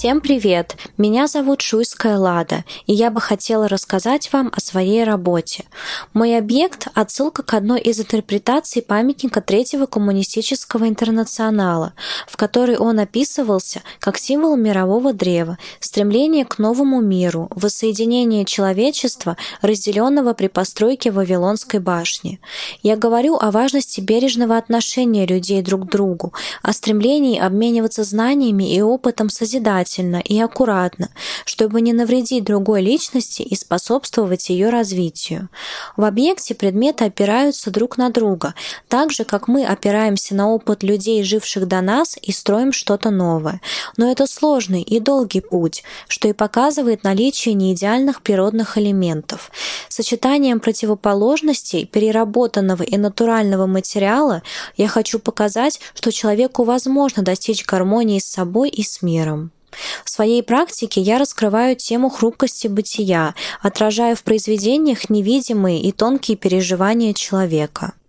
Всем привет! Меня зовут Шуйская Лада, и я бы хотела рассказать вам о своей работе. Мой объект – отсылка к одной из интерпретаций памятника Третьего коммунистического интернационала, в которой он описывался как символ мирового древа, стремление к новому миру, воссоединение человечества, разделенного при постройке Вавилонской башни. Я говорю о важности бережного отношения людей друг к другу, о стремлении обмениваться знаниями и опытом созидательно и аккуратно, чтобы не навредить другой личности и способствовать ее развитию. В объекте предметы опираются друг на друга, так же, как мы опираемся на опыт людей, живших до нас, и строим что-то новое. Но это сложный и долгий путь, что и показывает наличие неидеальных природных элементов. Сочетанием противоположностей, переработанного и натурального материала, я хочу показать, что человеку возможно достичь гармонии с собой и с миром. В своей практике я раскрываю тему хрупкости бытия, отражая в произведениях невидимые и тонкие переживания человека.